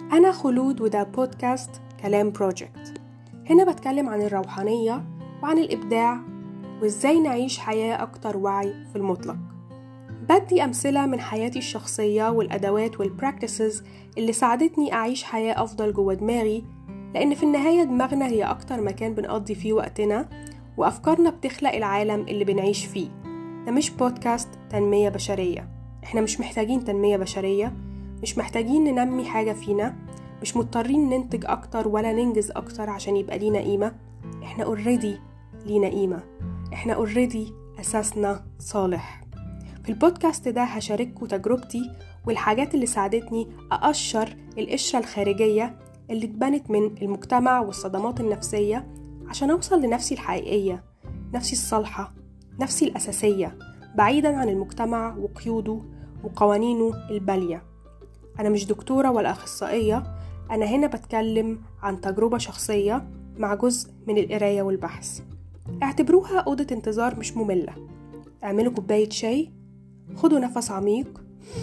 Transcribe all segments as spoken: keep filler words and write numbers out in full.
أنا خلود وده بودكاست كلام بروجكت. هنا بتكلم عن الروحانية وعن الإبداع وإزاي نعيش حياة أكتر وعي في المطلق. بدي أمثلة من حياتي الشخصية والأدوات والبراكتسز اللي ساعدتني أعيش حياة أفضل جوه دماغي، لأن في النهاية دماغنا هي أكتر مكان بنقضي فيه وقتنا، وأفكارنا بتخلق العالم اللي بنعيش فيه. ده مش بودكاست تنمية بشرية. إحنا مش محتاجين تنمية بشرية، مش محتاجين ننمي حاجة فينا، مش مضطرين ننتج أكتر ولا ننجز أكتر عشان يبقى لينا قيمة. إحنا already لينا قيمة، إحنا already أساسنا صالح. في البودكاست ده هشارككم تجربتي والحاجات اللي ساعدتني أقشر القشرة الخارجية اللي اتبنت من المجتمع والصدمات النفسية عشان أوصل لنفسي الحقيقية، نفسي الصالحة، نفسي الأساسية، بعيدا عن المجتمع وقيوده وقوانينه البالية. أنا مش دكتورة ولا أخصائية، أنا هنا بتكلم عن تجربة شخصية مع جزء من القراية والبحث. اعتبروها أوضة انتظار مش مملة. اعملوا كوباية شاي، خدوا نفس عميق،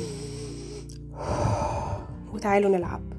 وتعالوا نلعب.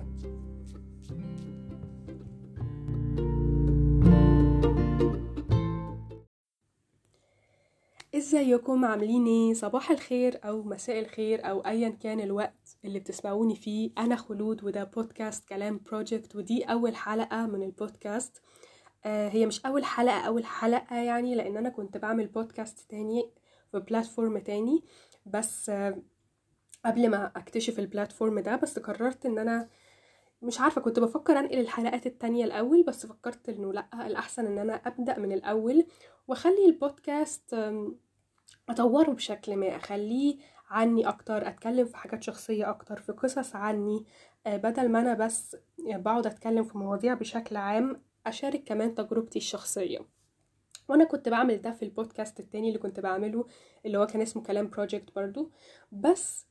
ازيكم؟ عاملين ايه؟ صباح الخير او مساء الخير او ايا كان الوقت اللي بتسمعوني فيه. انا خلود وده بودكاست كلام بروجكت، ودي اول حلقة من البودكاست. آه هي مش اول حلقة اول حلقة يعني، لان انا كنت بعمل بودكاست تاني في بلاتفورم تاني، بس آه قبل ما اكتشف البلاتفورم ده بس قررت ان انا مش عارفة، كنت بفكر انقل الحلقات التانية الاول، بس فكرت انه لا، الاحسن ان انا ابدأ من الاول واخلي البودكاست اطوره بشكل ما، اخليه عني اكتر، اتكلم في حاجات شخصية اكتر، في قصص عني، بدل ما انا بس بقعد اتكلم في مواضيع بشكل عام، اشارك كمان تجربتي الشخصية. وانا كنت بعمل ده في البودكاست التاني اللي كنت بعمله، اللي هو كان اسمه كلام بروجكت برضو. بس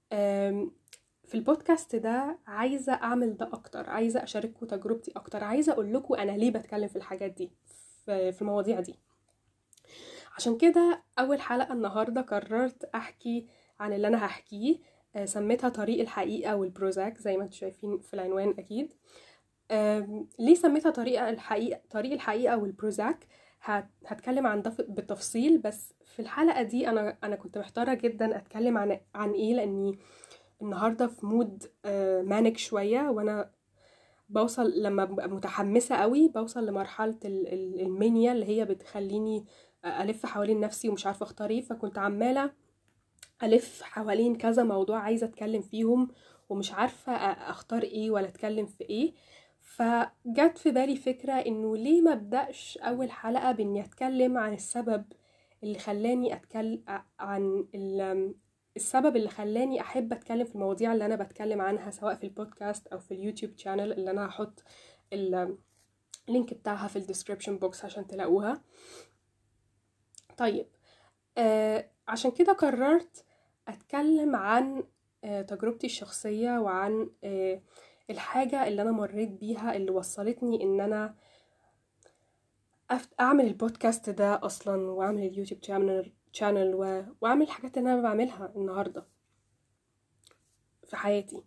في البودكاست ده عايزة اعمل ده اكتر، عايزة اشارككم تجربتي اكتر، عايزة اقول لكم انا ليه بتكلم في الحاجات دي، في المواضيع دي. عشان كده أول حلقة النهاردة قررت أحكي عن اللي أنا هحكيه. سميتها طريق الحقيقة والبروزاك زي ما انتم شايفين في العنوان أكيد. ليه سميتها طريق الحقيقة طريق الحقيقة والبروزاك؟ هتكلم عن ده بالتفصيل، بس في الحلقة دي أنا أنا كنت محتارة جدا أتكلم عن عن إيه، لأني النهاردة في مود مانك شوية، وأنا بوصل لما ببقى متحمسة قوي بوصل لمرحلة المانيا اللي هي بتخليني ألف حوالين نفسي ومش عارفة اختار ايه. فكنت عمالة ألف حوالين كذا موضوع عايزة أتكلم فيهم، ومش عارفة أختار ايه ولا أتكلم في ايه. فجت في بالي فكرة إنه ليه ما أبدأش أول حلقة بإني أتكلم عن السبب اللي خلاني أتكلم عن السبب اللي خلاني أحب أتكلم في المواضيع اللي أنا بتكلم عنها، سواء في البودكاست أو في اليوتيوب شانل اللي أنا هحط اللينك بتاعها في الديسكريبشن بوكس عشان تلاقوها. طيب، آه عشان كده قررت أتكلم عن آه تجربتي الشخصية، وعن آه الحاجة اللي أنا مريت بيها اللي وصلتني إن أنا أعمل البودكاست ده أصلا، وأعمل اليوتيوب شانل وأعمل الحاجات اللي أنا بعملها النهاردة في حياتي.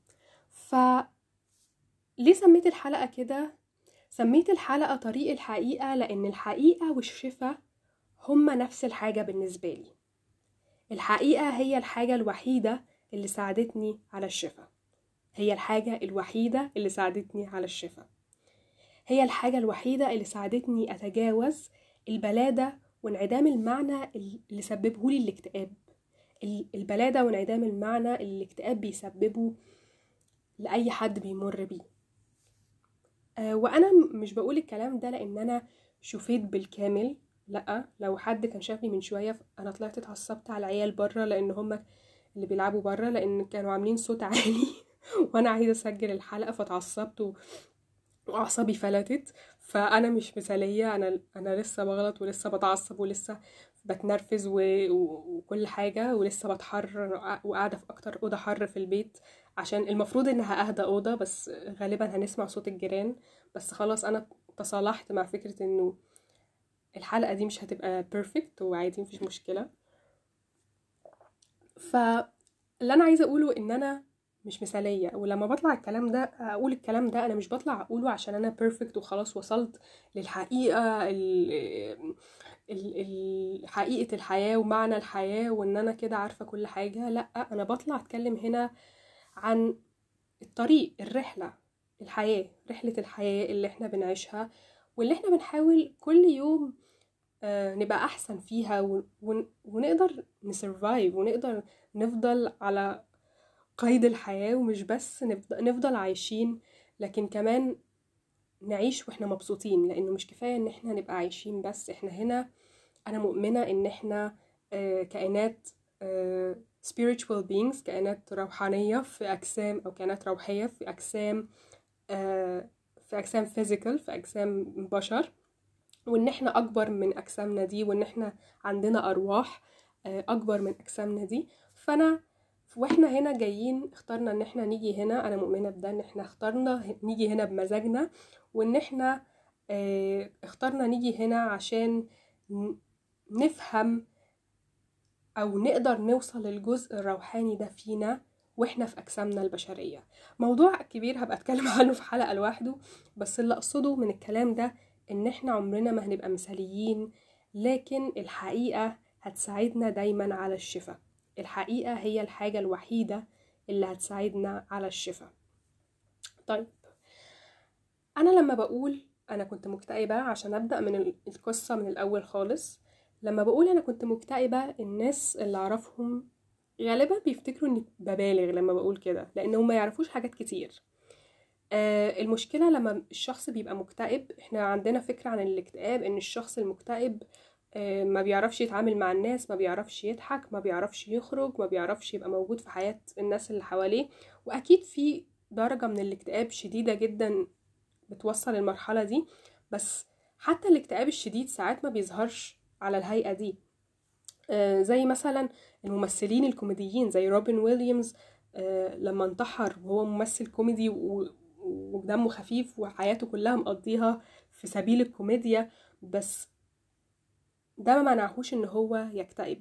فليه سميت الحلقة كده؟ سميت الحلقة طريق الحقيقة لأن الحقيقة والشفا هما نفس الحاجة بالنسبة لي. الحقيقة هي الحاجة الوحيدة اللي ساعدتني على الشفا، هي الحاجة الوحيدة اللي ساعدتني على الشفا، هي الحاجة الوحيدة اللي ساعدتني أتجاوز البلادة وانعدام المعنى اللي سببه لي الاكتئاب. البلادة وانعدام المعنى اللي الاكتئاب بيسببه لأي حد بيمر بيه. أه وأنا مش بقول الكلام ده لأن أنا شفيت بالكامل، لأ. لو حد كان شافني من شوية أنا طلعت اتعصبت على العيال برا لأن هم اللي بيلعبوا برا، لأن كانوا عاملين صوت عالي وأنا عايزة أسجل الحلقة فتعصبت و... وأعصابي فلتت. فأنا مش مثالية، أنا أنا لسه بغلط ولسه بتعصب ولسه بتنرفز و... و... وكل حاجة، ولسه بتحر وقاعدة في أكتر أوضة حر في البيت، عشان المفروض إنها أهدى أوضة، بس غالبا هنسمع صوت الجيران. بس خلاص أنا تصالحت مع فكرة إنه الحلقة دي مش هتبقى بيرفكت، وعادي مفيش مشكلة. فاللي أنا عايزة أقوله إن أنا مش مثالية. ولما بطلع الكلام ده اقول الكلام ده، انا مش بطلع اقوله عشان انا بيرفكت وخلاص وصلت للحقيقة ال ال حقيقة الحياة ومعنى الحياة وان انا كده عارفة كل حاجة. لا، انا بطلع اتكلم هنا عن الطريق، الرحلة، الحياة، رحلة الحياة اللي احنا بنعيشها واللي احنا بنحاول كل يوم آه نبقى احسن فيها، ون ونقدر نسرفايف ونقدر نفضل على قيد الحياة، ومش بس نفضل, نفضل عايشين، لكن كمان نعيش واحنا مبسوطين. لانه مش كفاية ان احنا نبقى عايشين بس، احنا هنا انا مؤمنة ان احنا آه كائنات آه spiritual beings، كائنات روحانية في اجسام، او كائنات روحية في اجسام آه في اجسام physical، في اجسام بشر، وان احنا اكبر من اجسامنا دي، وان احنا عندنا ارواح آه اكبر من اجسامنا دي. فانا واحنا هنا جايين اخترنا ان احنا نيجي هنا، انا مؤمنة بده، ان احنا اخترنا نيجي هنا بمزاجنا، وان احنا اه اخترنا نيجي هنا عشان نفهم او نقدر نوصل للجزء الروحاني ده فينا واحنا في اجسامنا البشرية. موضوع كبير هبقى اتكلم عنه في حلقة لوحده، بس اللي اقصده من الكلام ده ان احنا عمرنا ما هنبقى مثاليين، لكن الحقيقة هتساعدنا دايما على الشفاء. الحقيقة هي الحاجة الوحيدة اللي هتساعدنا على الشفاء. طيب، انا لما بقول انا كنت مكتئبة، عشان ابدأ من القصة من الاول خالص، لما بقول انا كنت مكتئبة، الناس اللي اعرفهم غالبا بيفتكروا اني ببالغ لما بقول كده، لانهم ما يعرفوش حاجات كتير. آه المشكلة لما الشخص بيبقى مكتئب، احنا عندنا فكرة عن الاكتئاب ان الشخص المكتئب آه ما بيعرفش يتعامل مع الناس، ما بيعرفش يضحك، ما بيعرفش يخرج، ما بيعرفش يبقى موجود في حياة الناس اللي حواليه. واكيد في درجة من الاكتئاب شديدة جدا بتوصل المرحلة دي، بس حتى الاكتئاب الشديد ساعات ما بيظهرش على الهيئة دي. آه زي مثلا الممثلين الكوميديين زي روبن ويليامز، آه لما انتحر وهو ممثل كوميدي ودمه خفيف وحياته كلها مقضيها في سبيل الكوميديا، بس ده ما منعهوش ان هو يكتئب.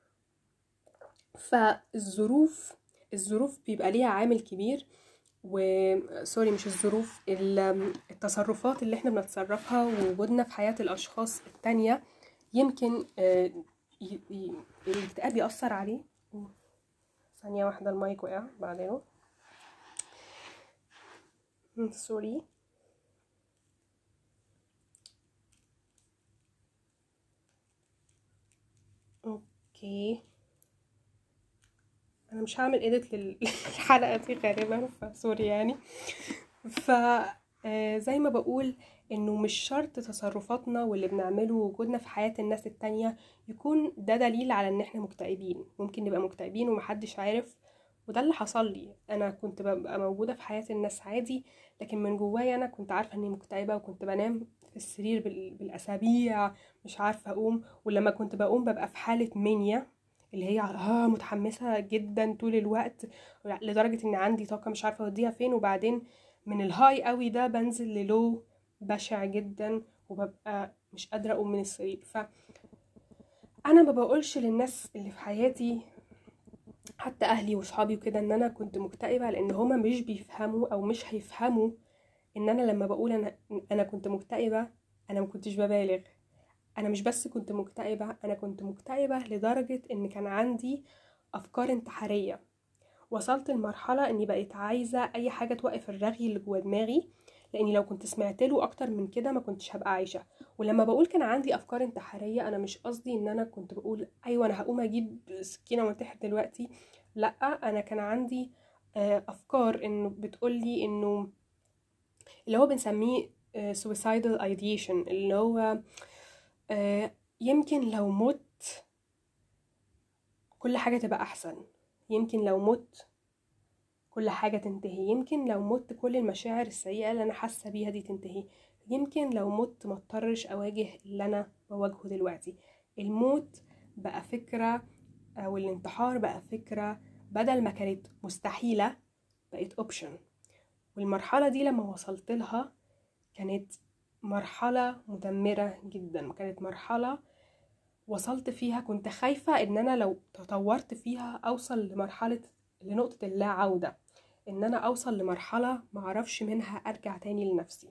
فالظروف الظروف بيبقى ليها عامل كبير، وسوري مش الظروف، التصرفات اللي احنا بنتصرفها ووجودنا في حياة الاشخاص التانية يمكن الاكتئاب يأثر عليه. ثانية واحدة، المايك وقع بعدين، سوري. اوكي، انا مش هعمل اديت للحلقة دي غالبا، فسوري يعني. ف زي ما بقول انه مش شرط تصرفاتنا واللي بنعمله ووجودنا في حياة الناس التانية يكون ده دليل على ان احنا مكتئبين. ممكن نبقى مكتئبين ومحدش عارف، وده اللي حصل لي. انا كنت ببقى موجودة في حياة الناس عادي، لكن من جوايا انا كنت عارفة اني مكتئبة، وكنت بنام في السرير بالاسابيع مش عارفة اقوم. ولما كنت بقوم ببقى في حالة مانيا، اللي هي ها متحمسة جدا طول الوقت لدرجة ان عندي طاقة مش عارفة اوديها فين، وبعدين من الهاي قوي ده بنزل للو بشع جدا وببقى مش قادرة اقوم من السرير. فانا ما بقولش للناس اللي في حياتي حتى اهلي وصحابي وكده ان انا كنت مكتئبة، لان هما مش بيفهموا او مش هيفهموا ان انا لما بقول انا انا كنت مكتئبة انا ما كنتش ببالغ. انا مش بس كنت مكتئبة، انا كنت مكتئبة لدرجة ان كان عندي افكار انتحارية. وصلت لمرحلة اني بقيت عايزة اي حاجة توقف الرغي اللي جوا دماغي، لاني لو كنت سمعت له اكتر من كده ما كنتش هبقى عايشة. ولما بقول كان عندي افكار انتحارية، انا مش قصدي ان انا كنت بقول ايوه انا هقوم اجيب سكينة وانتحر دلوقتي. لا، انا كان عندي افكار انه بتقولي انه اللي هو بنسميه suicidal ideation، اللي هو يمكن لو مت كل حاجة تبقى احسن، يمكن لو مت كل حاجة تنتهي، يمكن لو مت كل المشاعر السيئة اللي أنا حاسة بيها دي تنتهي، يمكن لو مت ما اضطرش أواجه اللي أنا بواجهه دلوقتي. الموت بقى فكرة، أو الانتحار بقى فكرة بدل ما كانت مستحيلة بقت اوبشن. والمرحلة دي لما وصلت لها كانت مرحلة مدمرة جدا، كانت مرحلة وصلت فيها كنت خايفة إن أنا لو تطورت فيها أوصل لمرحلة لنقطة اللا عودة. ان انا اوصل لمرحلة معرفش منها ارجع تاني لنفسي.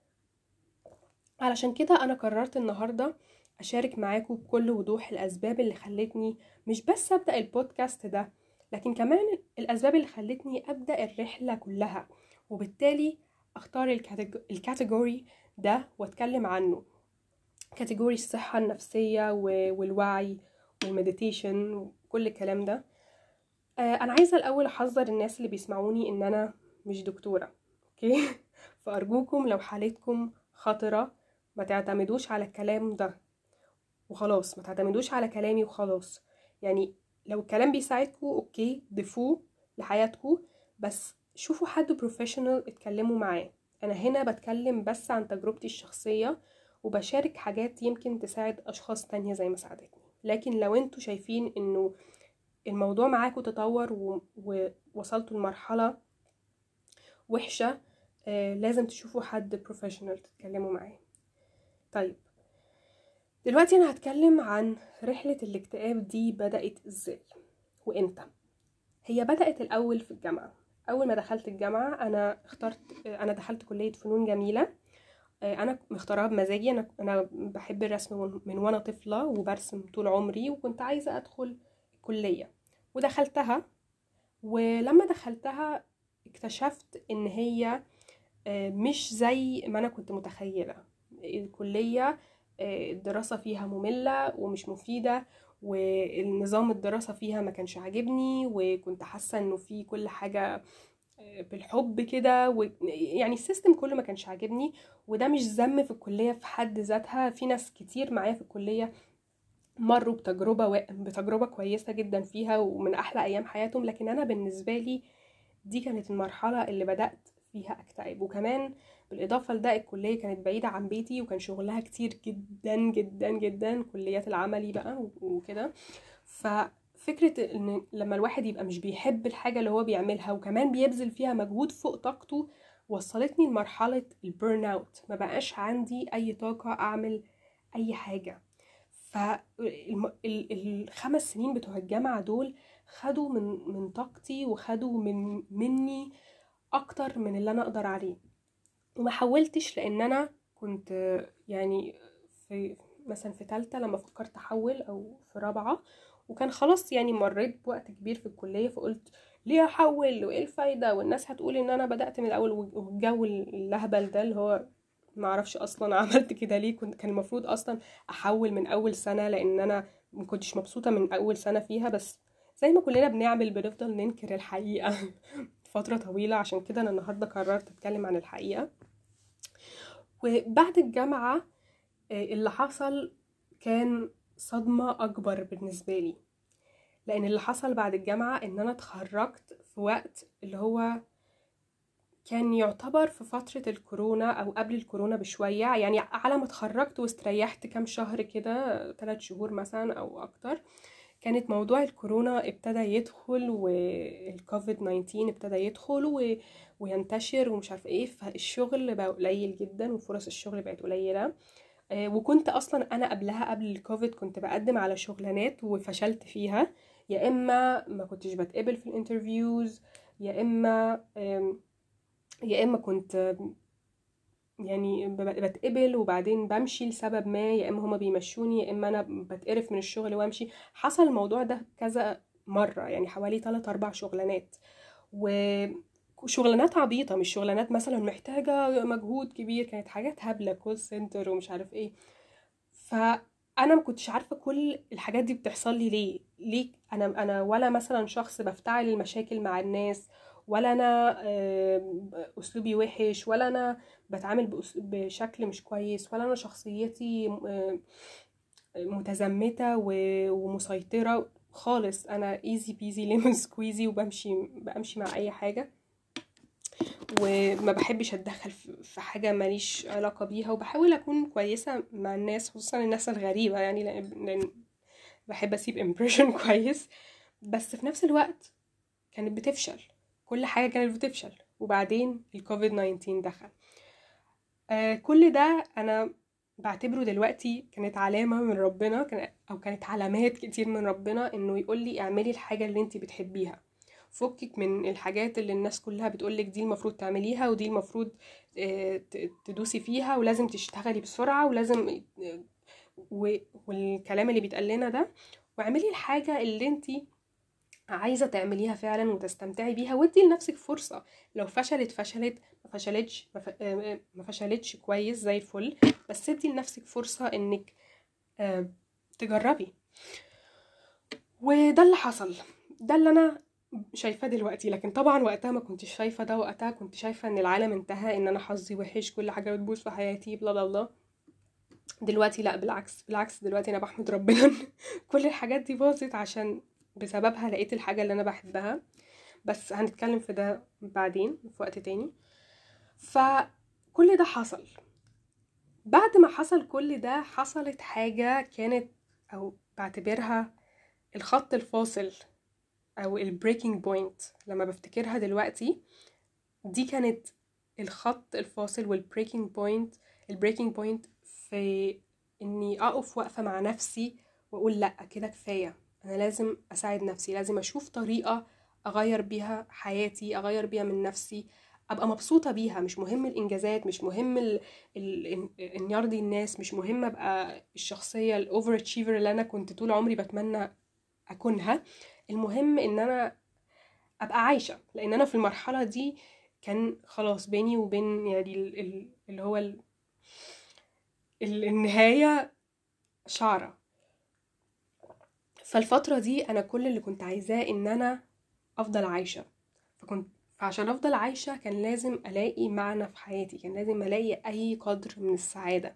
علشان كده انا قررت النهاردة اشارك معاكم بكل وضوح الاسباب اللي خلتني مش بس ابدأ البودكاست ده، لكن كمان الاسباب اللي خلتني ابدأ الرحلة كلها، وبالتالي اختار الكاتيجو- الكاتيجوري ده واتكلم عنه، كاتيجوري الصحة النفسية و- والوعي والمديتيشن وكل الكلام ده. آه، انا عايزة الاول احذر الناس اللي بيسمعوني ان انا مش دكتورة، اوكي؟ فارجوكم لو حالتكم خطرة ما تعتمدوش على الكلام ده وخلاص، ما تعتمدوش على كلامي وخلاص. يعني لو الكلام بيساعدكم اوكي ضيفوه لحياتكم، بس شوفوا حد بروفيشنال اتكلموا معاه. انا هنا بتكلم بس عن تجربتي الشخصية وبشارك حاجات يمكن تساعد اشخاص تانية زي ما ساعدتني. لكن لو انتوا شايفين انه الموضوع معاكم تطور و- ووصلتوا لمرحلة وحشة، آه لازم تشوفوا حد بروفيشنال تتكلموا معاه. طيب دلوقتي انا هتكلم عن رحلة الاكتئاب دي بدأت ازاي وامتى. هي بدأت الاول في الجامعة. اول ما دخلت الجامعة انا اخترت، انا دخلت كلية فنون جميلة. انا مختارها بمزاجي، انا انا بحب الرسم من من وانا طفلة وبرسم طول عمري، وكنت عايزة ادخل الكلية ودخلتها. ولما دخلتها اكتشفت ان هي آه، مش زي ما انا كنت متخيلة. الكلية آه، الدراسة فيها مملة ومش مفيدة، والنظام الدراسة فيها ما كانش عاجبني، وكنت حاسة انه في كل حاجة آه، بالحب كده و... يعني السيستم كله ما كانش عاجبني. وده مش ذم في الكلية في حد ذاتها، في ناس كتير معايا في الكلية مروا بتجربة و... بتجربة كويسة جدا فيها ومن احلى ايام حياتهم، لكن انا بالنسبة لي دي كانت المرحلة اللي بدأت فيها اكتئب. وكمان بالإضافة لده الكلية كانت بعيدة عن بيتي وكان شغلها كتير جدا جدا جدا، كليات العملي بقى وكده. ففكرة ان لما الواحد يبقى مش بيحب الحاجة اللي هو بيعملها وكمان بيبذل فيها مجهود فوق طاقته، وصلتني لمرحلة البيرن اوت. ما بقاش عندي اي طاقة اعمل اي حاجة. فالخمس سنين بتوع الجامعة دول خدوا من من طاقتي وخدوا من مني اكتر من اللي انا اقدر عليه. وما حولتش لان انا كنت يعني في مثلا في تالتة لما فكرت احول او في رابعة، وكان خلاص يعني مريت بوقت كبير في الكلية، فقلت ليه احول وايه الفايدة والناس هتقول ان انا بدأت من الاول، والجو اللهبل ده اللي هو ما اعرفش اصلا عملت كده ليه. كنت كان المفروض اصلا احول من اول سنة لان انا ما كنتش مبسوطة من اول سنة فيها، بس زي ما كلنا بنعمل بنفضل ننكر الحقيقة فترة طويلة. عشان كده انا النهاردة قررت اتكلم عن الحقيقة. وبعد الجامعة اللي حصل كان صدمة اكبر بالنسبة لي، لان اللي حصل بعد الجامعة ان انا اتخرجت في وقت اللي هو كان يعتبر في فترة الكورونا او قبل الكورونا بشوية. يعني على ما اتخرجت واستريحت كام شهر كده، ثلاث شهور مثلا او اكتر، كانت موضوع الكورونا ابتدى يدخل والكوفيد تسعة عشر ابتدى يدخل و... وينتشر ومش عارف ايه. فالشغل بقى قليل جدا وفرص الشغل بقت قليلة. آه، وكنت اصلا انا قبلها قبل الكوفيد كنت بقدم على شغلانات وفشلت فيها، يا اما ما كنتش بتقبل في الانترفيوز، يا اما آم، يا اما كنت يعني ب- بتقبل وبعدين بمشي لسبب ما، يا اما هما بيمشوني يا اما انا بتقرف من الشغل وامشي. حصل الموضوع ده كذا مرة، يعني حوالي ثلاثة اربع شغلانات، وشغلانات عبيطة مش شغلانات مثلا محتاجة مجهود كبير، كانت حاجات هبلة كول سنتر ومش عارف ايه. فانا ما كنتش عارفة كل الحاجات دي بتحصل لي ليه. ليه انا انا ولا مثلا شخص بفتعل المشاكل مع الناس، ولا انا آه، اسلوبي وحش، ولا انا بتعامل بأس- بشكل مش كويس، ولا انا شخصيتي آه، متزمتة و- ومسيطرة خالص. انا ايزي بيزي ليمون سكويزي وبمشي بمشي مع اي حاجة، وما بحبش اتدخل في في حاجة ماليش علاقة بيها، وبحاول اكون كويسة مع الناس خصوصا الناس الغريبة، يعني لان لأن بحب اسيب امبريشن كويس. بس في نفس الوقت كانت بتفشل، كل حاجة كانت بتفشل. وبعدين الكوفيد تسعة عشر دخل. آه كل ده انا بعتبره دلوقتي كانت علامة من ربنا، كان او كانت علامات كتير من ربنا انه يقول لي اعملي الحاجة اللي انت بتحبيها. فكك من الحاجات اللي الناس كلها بتقولك دي المفروض تعمليها ودي المفروض آه، ت- تدوسي فيها ولازم تشتغلي بسرعة ولازم آه، و- والكلام اللي بيتقال لنا ده. واعملي الحاجة اللي انتي عايزة تعمليها فعلا وتستمتعي بيها، وادي لنفسك فرصة. لو فشلت فشلت، ما فشلتش ما ف- آه، ما فشلتش كويس زي الفل، بس ادي لنفسك فرصة انك آه، تجربي. وده اللي حصل، ده اللي انا شايفاه دلوقتي. لكن طبعا وقتها ما كنتش شايفة ده، وقتها كنت شايفة ان العالم انتهى، ان انا حظي وحش، كل حاجة بتبوظ في حياتي، بلا بلا بلا. دلوقتي لا، بالعكس بالعكس، دلوقتي انا بحمد ربنا إن كل الحاجات دي باظت عشان بسببها لقيت الحاجة اللي انا بحبها. بس هنتكلم في ده بعدين في وقت تاني. فكل ده حصل. بعد ما حصل كل ده، حصلت حاجة كانت او بعتبرها الخط الفاصل او البريكنج بوينت. لما بفتكرها دلوقتي، دي كانت الخط الفاصل والبريكنج بوينت. البريكنج بوينت في اني اقف واقفة مع نفسي واقول لا، كده كفاية، انا لازم اساعد نفسي، لازم اشوف طريقة اغير بيها حياتي، اغير بيها من نفسي، ابقى مبسوطة بيها. مش مهم الانجازات، مش مهم ال... ال... ان إن يرضي الناس، مش مهم ابقى الشخصية الاوفر اتشيفر اللي انا كنت طول عمري بتمنى اكونها. المهم ان انا ابقى عايشة، لان انا في المرحلة دي كان خلاص بيني وبين يعني ال- ال- اللي هو ال- ال- النهاية شعرة. فالفترة دي انا كل اللي كنت عايزاه ان انا افضل عايشة. فكنت فعشان افضل عايشة كان لازم الاقي معنى في حياتي، كان لازم الاقي اي قدر من السعادة.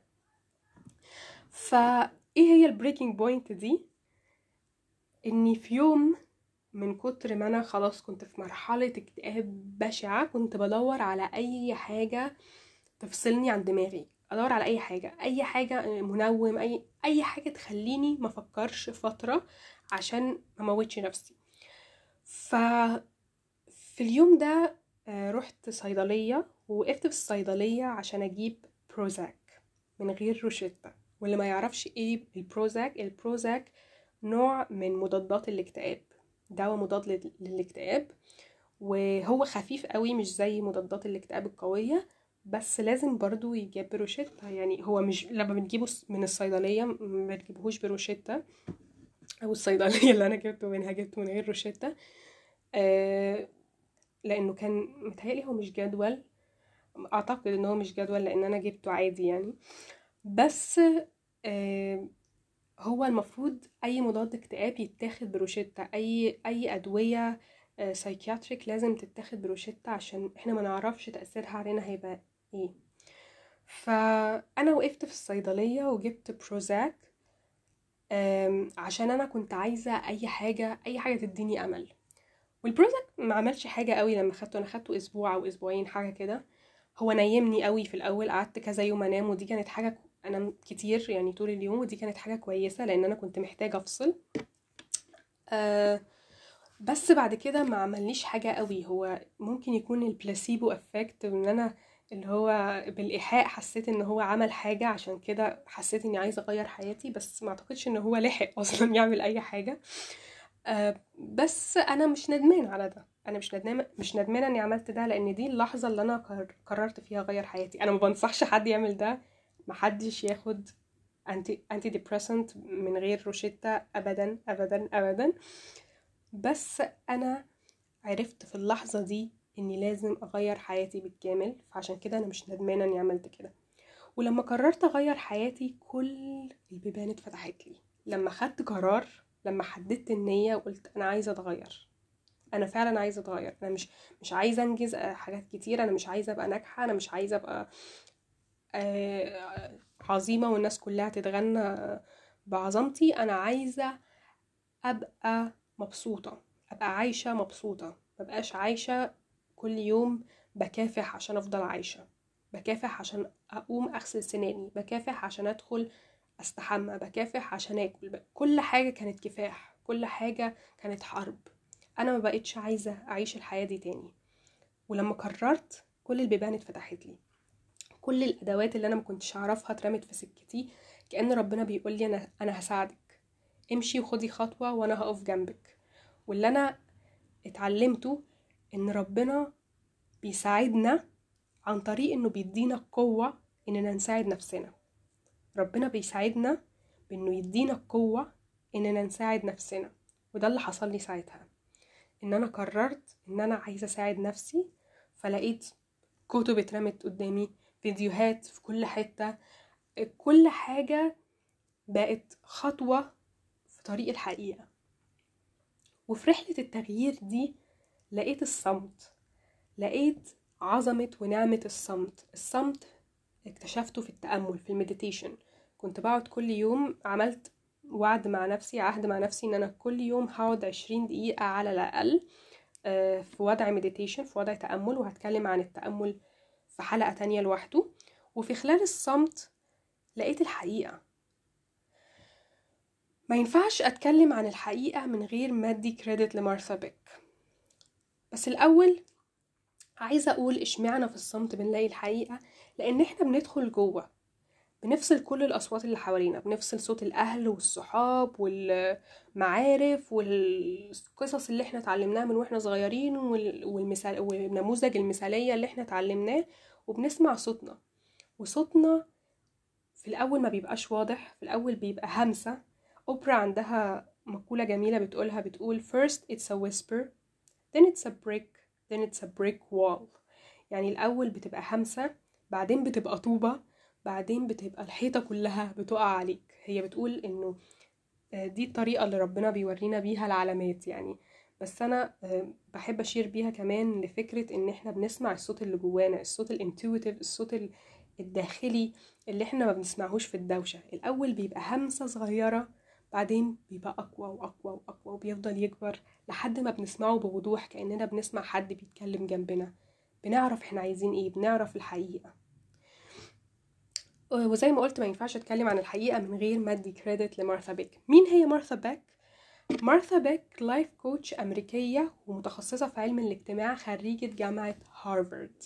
فايه هي البريكنج بوينت دي؟ اني في يوم من كتر ما انا خلاص كنت في مرحلة اكتئاب بشعة، كنت بدور على اي حاجة تفصلني عن دماغي، ادور على اي حاجه، اي حاجه منوم، اي اي حاجه تخليني ما افكرش فتره عشان ما اموتش نفسي. ف في اليوم ده آه، رحت صيدليه، ووقفت في الصيدليه عشان اجيب بروزاك من غير روشتة. واللي ما يعرفش ايه البروزاك، البروزاك نوع من مضادات الاكتئاب، دواء مضاد لل- للاكتئاب. وهو خفيف قوي، مش زي مضادات الاكتئاب القوية، بس لازم برضو يجيب بروشتة. يعني هو مش لما بنجيبه من الصيدلية ما بنجيبهوش بروشتة، او الصيدلية اللي انا جبته منها جبته من غير روشتة. آه لانه كان متهيألي هو مش جدول، اعتقد ان هو مش جدول لان انا جبته عادي يعني. بس آه هو المفروض اي مضاد اكتئاب يتاخد بروشتة، اي اي ادوية سايكياتريك لازم تتاخد بروشتة، عشان احنا ما نعرفش تأثيرها علينا هيبقى ايه. فانا وقفت في الصيدلية وجبت بروزاك، آم، عشان انا كنت عايزة اي حاجة اي حاجة تديني امل. والبروزاك ما عملش حاجة قوي لما خدته، انا خدته اسبوع او اسبوعين حاجة كده. هو نيمني قوي في الاول، قعدت كذا يوم انام، ودي كانت حاجة انام كتير يعني طول اليوم، ودي كانت حاجة كويسة لان انا كنت محتاجة افصل. آه بس بعد كده ما عمليش حاجة قوي. هو ممكن يكون البلاسيبو افكت، ان انا اللي هو بالايحاء حسيت ان هو عمل حاجة، عشان كده حسيت اني عايزة اغير حياتي. بس ما اعتقدش ان هو لحق اصلا يعمل اي حاجة. آه بس انا مش ندمان على ده، انا مش ندمانه مش ندمانه اني عملت ده، لان دي اللحظه اللي انا قر- قررت فيها اغير حياتي. انا ما بنصحش حد يعمل ده، محدش ياخد انتي انتي ديبريسنت من غير روشتة ابدا ابدا ابدا. بس انا عرفت في اللحظة دي اني لازم اغير حياتي بالكامل، فعشان كده انا مش ندمانة اني عملت كده. ولما قررت اغير حياتي كل البيبان اتفتحت لي. لما خدت قرار، لما حددت النية وقلت انا عايزة اتغير، انا فعلا عايزة اتغير، انا مش مش عايزة انجز آه، حاجات كتير، انا مش عايزة ابقى ناجحة، انا مش عايزة ابقى آه، عظيمة والناس كلها تتغنى بعظمتي. انا عايزة ابقى مبسوطة، ابقى عايشة مبسوطة، مبقاش عايشة كل يوم بكافح عشان افضل عايشة، بكافح عشان اقوم اغسل سناني، بكافح عشان ادخل استحمى، بكافح عشان اكل. ب- كل حاجة كانت كفاح، كل حاجة كانت حرب. انا ما بقتش عايزة اعيش الحياة دي تاني. ولما قررت كل البيبان اتفتحت لي، كل الادوات اللي انا ما كنتش اعرفها اترمت في سكتي. كأن ربنا بيقول لي انا انا هساعدك، امشي وخدي خطوة وانا هقف جنبك. واللي انا اتعلمته ان ربنا بيساعدنا عن طريق انه بيدينا القوة اننا نساعد نفسنا. ربنا بيساعدنا بانه يدينا القوة اننا نساعد نفسنا. وده اللي حصل لي ساعتها، ان انا قررت ان انا عايزة اساعد نفسي. فلقيت كتب اترمت قدامي، فيديوهات في كل حتة، كل حاجة بقت خطوة في طريق الحقيقة. وفي رحلة التغيير دي لقيت الصمت، لقيت عظمة ونعمة الصمت. الصمت اكتشفته في التأمل، في المديتيشن. كنت بقعد كل يوم، عملت وعد مع نفسي، عهد مع نفسي ان انا كل يوم هقعد عشرين دقيقة على الأقل في وضع مديتيشن، في وضع تأمل. وهتكلم عن التأمل في حلقة تانية لوحده. وفي خلال الصمت لقيت الحقيقة. ما ينفعش أتكلم عن الحقيقة من غير ما أدي كريدت لمارثا بيك. بس الأول عايزة أقول إشمعنا في الصمت بنلاقي الحقيقة، لأن إحنا بندخل جوه، بنفصل كل الأصوات اللي حوالينا، بنفصل صوت الأهل والصحاب والمعارف والقصص اللي إحنا اتعلمناها من وإحنا صغيرين والمثال والنموذج المثالية اللي إحنا اتعلمناه، وبنسمع صوتنا. وصوتنا في الأول ما بيبقاش واضح، في الأول بيبقى همسة. أوبرا عندها مقولة جميلة بتقولها، بتقول first it's a whisper, then it's a brick, then it's a brick wall. يعني الأول بتبقى همسة، بعدين بتبقى طوبة، بعدين بتبقى الحيطة كلها بتقع عليك. هي بتقول إنه دي الطريقة اللي ربنا بيورينا بيها العلامات يعني. بس أنا بحب أشير بيها كمان لفكرة إن إحنا بنسمع الصوت اللي جوانا، الصوت الانتويتيف، الصوت الداخلي اللي إحنا ما بنسمعهوش في الدوشة. الأول بيبقى همسة صغيرة، بعدين بيبقى أقوى وأقوى وأقوى، وبيفضل يكبر لحد ما بنسمعه بوضوح، كأننا بنسمع حد بيتكلم جنبنا. بنعرف إحنا عايزين إيه، بنعرف الحقيقة. وزي ما قلت ما ينفعش أتكلم عن الحقيقة من غير ما أدي كريدت لمارثا بيك. مين هي مارثا بيك؟ مارثا بيك لايف كوتش أمريكية ومتخصصة في علم الاجتماع، خريجة جامعة هارفارد.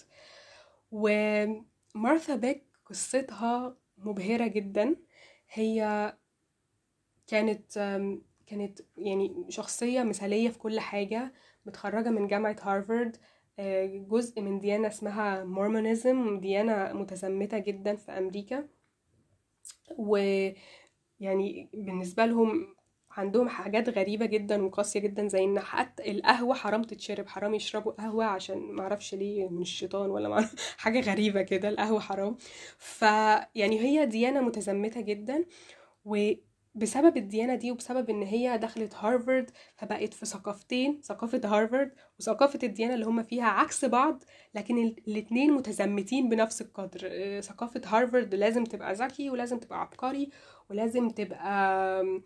ومارثا بيك قصتها مبهرة جدا. هي كانت كانت يعني شخصية مثالية في كل حاجة، متخرجة من جامعة هارفارد، جزء من ديانة اسمها مورمونيزم، ديانة متزمتة جدا في أمريكا. ويعني بالنسبة لهم عندهم حاجات غريبة جدا وقاسية جدا، زي ان حتى القهوة حرام تتشرب، حرام يشربوا قهوة عشان معرفش ليه، من الشيطان ولا معرفش، حاجة غريبة كده، القهوة حرام. فيعني هي ديانة متزمتة جدا. وبسبب الديانة دي وبسبب ان هي دخلت هارفارد، فبقت في ثقافتين، ثقافة هارفارد وثقافة الديانة اللي هم فيها عكس بعض، لكن الاتنين متزمتين بنفس القدر. ثقافة هارفارد لازم تبقى ذكي، ولازم تبقى عبقري، ولازم تبقى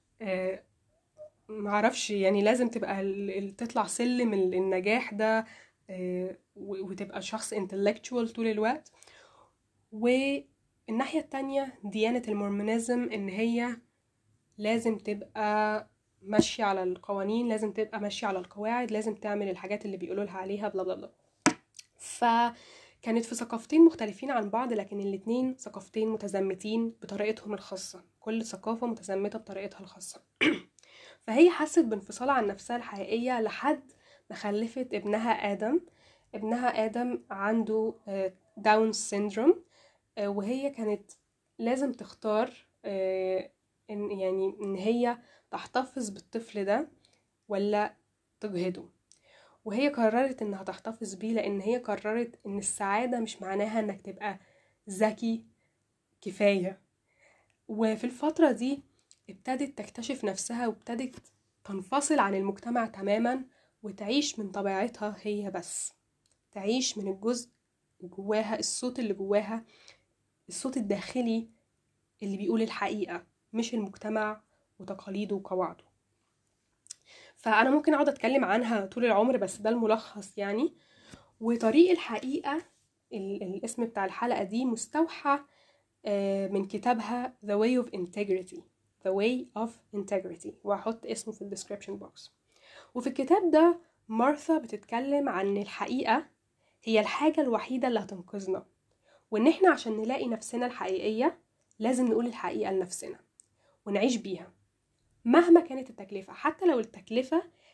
معرفش يعني، لازم تبقى تطلع سلم النجاح ده، وتبقى شخص intellectual طول الوقت. والناحية التانية ديانة المورمونيزم، ان هي لازم تبقى ماشية على القوانين، لازم تبقى ماشية على القواعد، لازم تعمل الحاجات اللي بيقولوا لها عليها بلا بلا بلا. فكانت في ثقافتين مختلفين عن بعض، لكن الاتنين ثقافتين متزمتين بطريقتهم الخاصة، كل ثقافة متزمتة بطريقتها الخاصة. فهي حست بانفصال عن نفسها الحقيقية لحد ما خلفت ابنها آدم. ابنها آدم عنده داون سيندروم، وهي كانت لازم تختار إن يعني إن هي تحتفظ بالطفل ده ولا تجهده. وهي قررت إنها تحتفظ بيه، لأن هي قررت إن السعادة مش معناها إنك تبقى ذكي كفاية. وفي الفترة دي ابتدت تكتشف نفسها، وابتدت تنفصل عن المجتمع تماما، وتعيش من طبيعتها هي بس، تعيش من الجزء جواها، الصوت اللي جواها، الصوت الداخلي اللي بيقول الحقيقة، مش المجتمع وتقاليده وقواعده. فأنا ممكن أقعد أتكلم عنها طول العمر، بس ده الملخص يعني. وطريق الحقيقة الاسم بتاع الحلقة دي مستوحى من كتابها The Way of Integrity The Way of Integrity، وهحط اسمه في الديسكريبشن بوكس. وفي الكتاب ده مارثا بتتكلم عن الحقيقة هي الحاجة الوحيدة اللي هتنقذنا، وإن إحنا عشان نلاقي نفسنا الحقيقية لازم نقول الحقيقة لنفسنا ونعيش بيها مهما كانت التكلفة، حتى لو التكلفة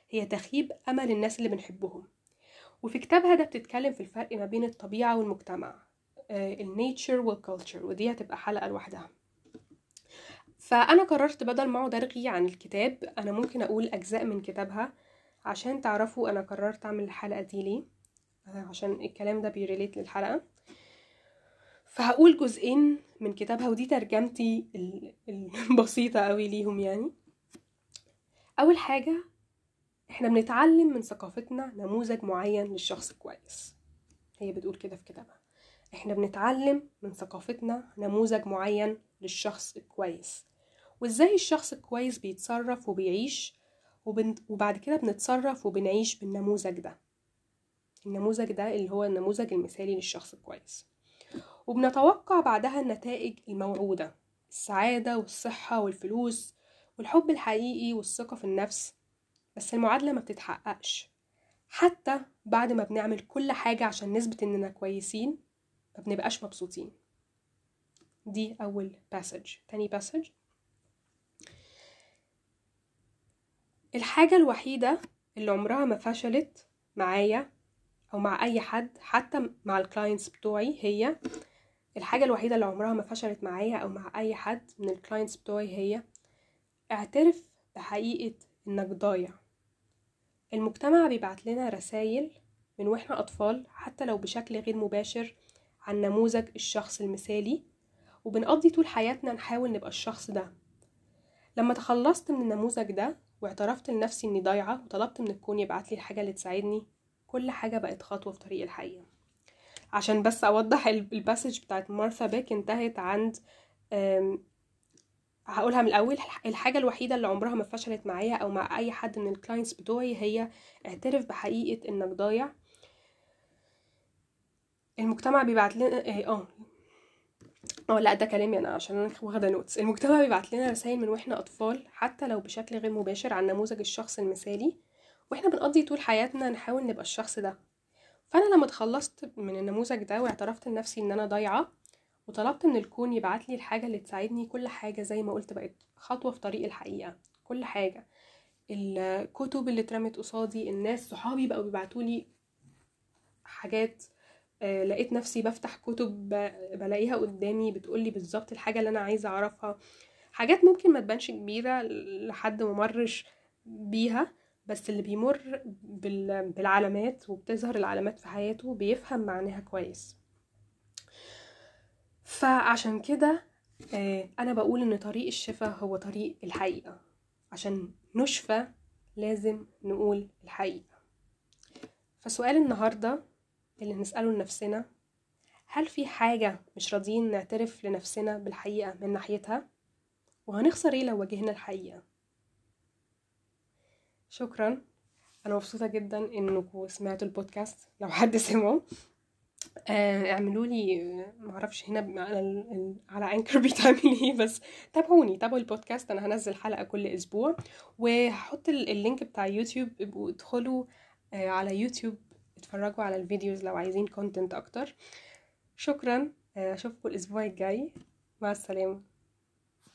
هي تخيب أمل الناس اللي بنحبهم. وفي كتابها ده بتتكلم في الفرق ما بين الطبيعة والمجتمع، النيتشر والكالتشر، ودي هتبقى حلقة لوحدها. فأنا قررت بدل ما اقعد أرغي عن الكتاب أنا ممكن أقول أجزاء من كتابها عشان تعرفوا أنا قررت أعمل الحلقة دي ليه، عشان الكلام ده بيريليت للحلقة. فهقول جزئين من كتابها ودي ترجمتي البسيطة قوي ليهم. يعني أول حاجة، احنا بنتعلم من ثقافتنا نموذج معين للشخص الكويس. هي بتقول كده في كتابها، احنا بنتعلم من ثقافتنا نموذج معين للشخص الكويس، وازاي الشخص الكويس بيتصرف وبيعيش، وبن... وبعد كده بنتصرف وبنعيش بالنموذج ده. النموذج ده اللي هو النموذج المثالي للشخص الكويس، وبنتوقع بعدها النتائج الموعودة، السعادة والصحة والفلوس والحب الحقيقي والثقة في النفس. بس المعادلة ما بتتحققش حتى بعد ما بنعمل كل حاجة عشان نثبت اننا كويسين، ما بنبقاش مبسوطين. دي أول باسج. تاني باسج، الحاجة الوحيدة اللي عمرها ما فشلت معايا أو مع أي حد، حتى مع الكلاينتس بتوعي، هي الحاجة الوحيدة اللي عمرها ما فشلت معايا أو مع أي حد من الكلاينتس بتوعي هي اعترف بحقيقة إنك ضايع. المجتمع بيبعت لنا رسائل من وإحنا أطفال حتى لو بشكل غير مباشر عن نموذج الشخص المثالي، وبنقضي طول حياتنا نحاول نبقى الشخص ده. لما تخلصت من النموذج ده واعترفت لنفسي إني ضايعة وطلبت من الكون يبعت لي الحاجة اللي تساعدني، كل حاجة بقت خطوة في طريق الحقيقة. عشان بس أوضح، الباسج بتاعت مارثا بيك انتهت عند هقولها من الأول، الحاجة الوحيدة اللي عمرها ما فشلت معايا أو مع أي حد من الكلاينتس بتوعي هي اعترف بحقيقة إنك ضايع. المجتمع بيبعت لنا اه اه لا ده كلامي انا عشان انا واخده نوتس. المجتمع بيبعت لنا رسائل من واحنا اطفال حتى لو بشكل غير مباشر عن نموذج الشخص المثالي، واحنا بنقضي طول حياتنا نحاول نبقى الشخص ده. فانا لما اتخلصت من النموذج ده واعترفت لنفسي ان انا ضايعه وطلبت من الكون يبعت لي الحاجه اللي تساعدني، كل حاجه زي ما قلت بقت خطوه في طريق الحقيقه. كل حاجه، الكتب اللي اترمت قصادي، الناس صحابي بقوا بيبعتوا لي حاجات، آه لقيت نفسي بفتح كتب بلاقيها قدامي بتقولي بالظبط الحاجة اللي أنا عايزة أعرفها. حاجات ممكن ما تبانش كبيرة لحد ممرش بيها، بس اللي بيمر بالعلامات وبتظهر العلامات في حياته بيفهم معناها كويس. فعشان كده آه أنا بقول إن طريق الشفاء هو طريق الحقيقة. عشان نشفى لازم نقول الحقيقة. فسؤال النهاردة اللي نسأله لنفسنا، هل في حاجة مش راضيين نعترف لنفسنا بالحقيقة من ناحيتها؟ وهنخسر ايه لو واجهنا الحقيقة؟ شكرا، انا مبسوطة جدا انكم سمعتوا البودكاست. لو حد سمعه آه اعملوا لي، معرفش هنا على على انكر بيتعمل ايه، بس تابعوني، تابعوا البودكاست. انا هنزل حلقة كل اسبوع، وهحط اللينك بتاع يوتيوب، ابقوا ادخلوا آه على يوتيوب اتفرجوا على الفيديوز لو عايزين كونتنت اكتر. شكرا، اشوفكم الاسبوع الجاي، مع السلامة.